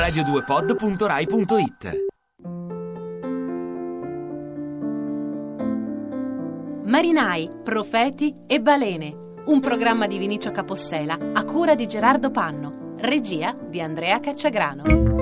radio2pod.rai.it. Marinai, profeti e balene. Un programma di Vinicio Capossela a cura di Gerardo Panno. Regia di Andrea Cacciagrano.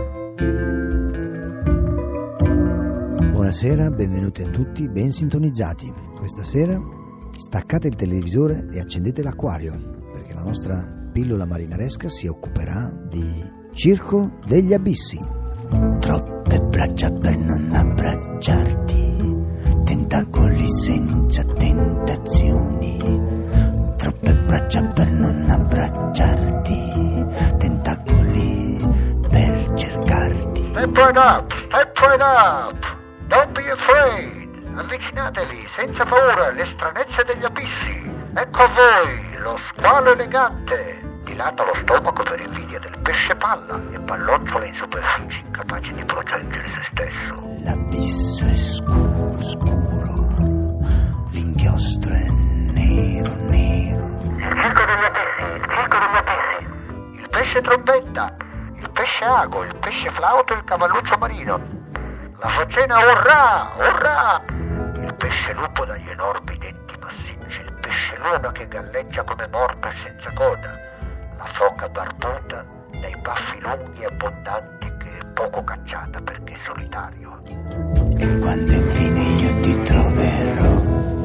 Buonasera, benvenuti a tutti, ben sintonizzati. Questa sera staccate il televisore e accendete l'acquario, perché la nostra pillola marinaresca si occuperà di Circo degli Abissi. Troppe braccia per non abbracciarti, tentacoli senza tentazioni. Troppe braccia per non abbracciarti, tentacoli per cercarti. Step right up, don't be afraid. Avvicinatevi senza paura alle stranezze degli abissi. Ecco a voi lo squalo elegante. Dilata lo stomaco per invidia del pesce palla e pallocciola in superficie, incapace di proteggere se stesso. L'abisso è scuro, scuro, l'inchiostro è nero, nero. Circo degli abissi. Il pesce trombetta, il pesce ago, il pesce flauto e il cavalluccio marino. La faccena urrà! Il pesce lupo dagli enormi denti massicci, il pesce luna che galleggia come morto e senza coda, la foca barbuta dai baffi lunghi e abbondanti che è poco cacciata perché è solitario. E quando infine io ti troverò,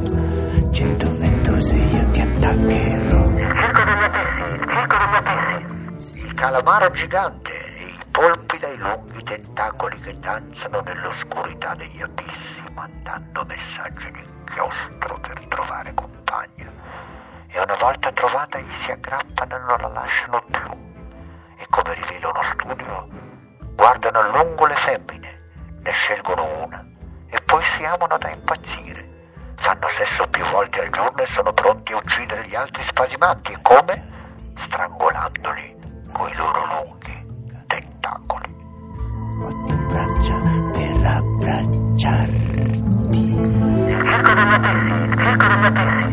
120 io ti attaccherò. Circo degli abissi. Il calamaro gigante e i polpi dai lunghi tentacoli che danzano nell'oscurità degli abissi, mandando messaggi di inchiostro per trovare compagna. E una volta trovata gli si aggrappano e non la lasciano più. E come rivela uno studio, guardano a lungo le femmine, ne scelgono una e poi si amano da impazzire. Fanno sesso più volte al giorno e sono pronti a uccidere gli altri spasimanti. E come? Strangolandoli coi loro lunghi tentacoli. 8 braccia per abbracciarti. Circo degli abissi.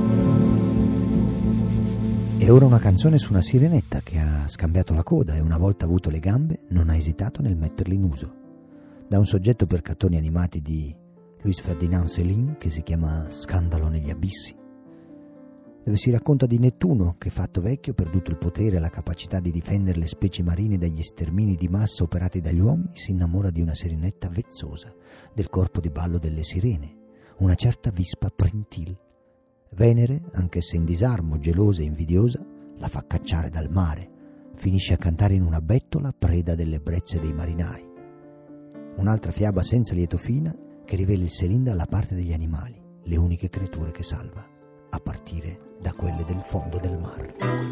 E ora una canzone su una sirenetta che ha scambiato la coda e una volta avuto le gambe non ha esitato nel metterle in uso. Da un soggetto per cartoni animati di Louis Ferdinand Céline che si chiama Scandalo negli abissi, dove si racconta di Nettuno che, fatto vecchio, perduto il potere e la capacità di difendere le specie marine dagli stermini di massa operati dagli uomini, si innamora di una sirenetta vezzosa del corpo di ballo delle sirene, una certa Vispa Printil. Venere, anch'essa in disarmo, gelosa e invidiosa, la fa cacciare dal mare, finisce a cantare in una bettola preda delle brezze dei marinai. Un'altra fiaba senza lieto fine che rivela il Céline dalla parte degli animali, le uniche creature che salva, a partire da quelle del fondo del mare.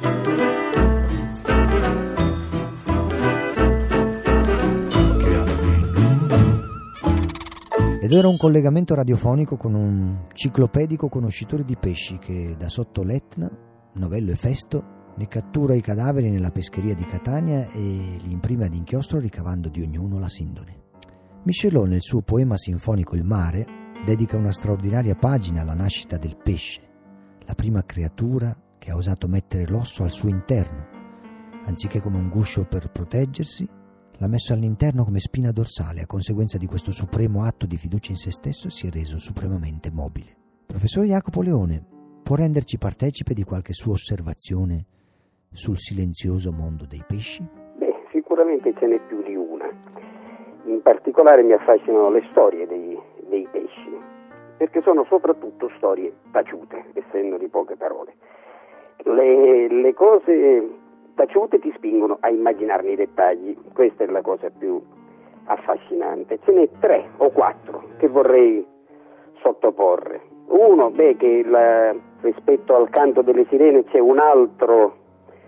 Ed era un collegamento radiofonico con un ciclopedico conoscitore di pesci che da sotto l'Etna, Novello e Festo, ne cattura i cadaveri nella pescheria di Catania e li imprime ad inchiostro ricavando di ognuno la sindone. Michelot, nel suo poema sinfonico Il mare, dedica una straordinaria pagina alla nascita del pesce, la prima creatura che ha osato mettere l'osso al suo interno. Anziché come un guscio per proteggersi, l'ha messo all'interno come spina dorsale. A conseguenza di questo supremo atto di fiducia in se stesso si è reso supremamente mobile. Professor Jacopo Leone, può renderci partecipe di qualche sua osservazione sul silenzioso mondo dei pesci? Sicuramente ce n'è più di una. In particolare mi affascinano le storie dei pesci, perché sono soprattutto storie taciute, essendo di poche parole. Le cose taciute ti spingono a immaginarne i dettagli, questa è la cosa più affascinante. Ce n'è 3 o 4 che vorrei sottoporre. Uno, che rispetto al canto delle sirene c'è un altro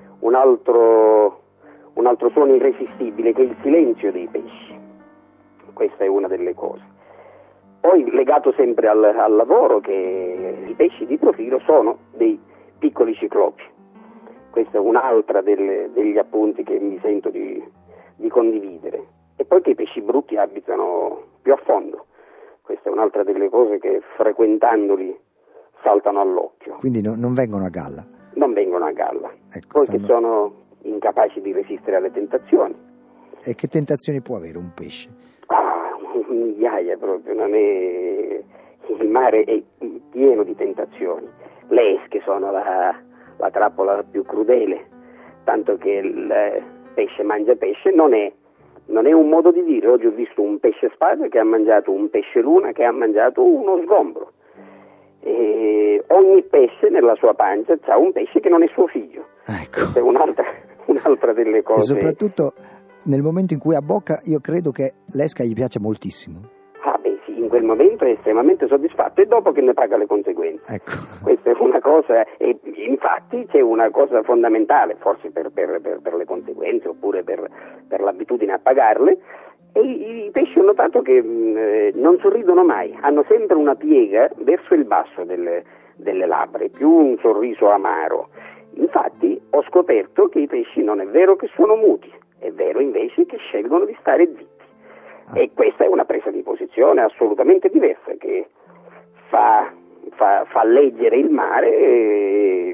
suono irresistibile che è il silenzio dei pesci. Questa è una delle cose. Poi legato sempre al lavoro, che i pesci di profilo sono dei piccoli ciclopi. Questa è un'altra degli appunti che mi sento di condividere. E poi che i pesci brutti abitano più a fondo. Questa è un'altra delle cose che frequentandoli saltano all'occhio. Quindi non vengono a galla? Non vengono a galla. Ecco, Poi che sono incapaci di resistere alle tentazioni. E che tentazioni può avere un pesce? Migliaia proprio, non è... Il mare è pieno di tentazioni. Le esche sono la trappola più crudele, tanto che il pesce mangia pesce, non è un modo di dire. Oggi ho visto un pesce spada che ha mangiato un pesce luna che ha mangiato uno sgombro. E ogni pesce nella sua pancia ha un pesce che non è suo figlio. Ecco. Questa è un'altra delle cose. E soprattutto nel momento in cui abbocca, io credo che l'esca gli piace moltissimo. In quel momento è estremamente soddisfatto, e dopo che ne paga le conseguenze. Ecco. Questa è una cosa, e infatti c'è una cosa fondamentale, forse per le conseguenze oppure per l'abitudine a pagarle, e i pesci ho notato che non sorridono mai, hanno sempre una piega verso il basso delle labbra, più un sorriso amaro. Infatti ho scoperto che i pesci non è vero che sono muti, è vero invece che scelgono di stare zitti. E questa è una presa di posizione assolutamente diversa, che fa leggere il mare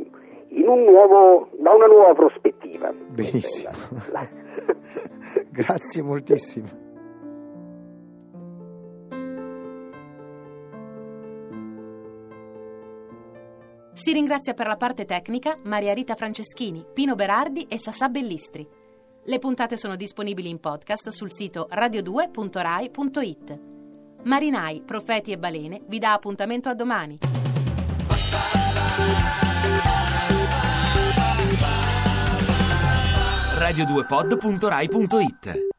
da una nuova prospettiva. Benissimo. Grazie moltissimo. Si ringrazia per la parte tecnica Maria Rita Franceschini, Pino Berardi e Sassà Bellistri. Le puntate sono disponibili in podcast sul sito radio2.rai.it. Marinai, Profeti e Balene vi dà appuntamento a domani. radio2pod.rai.it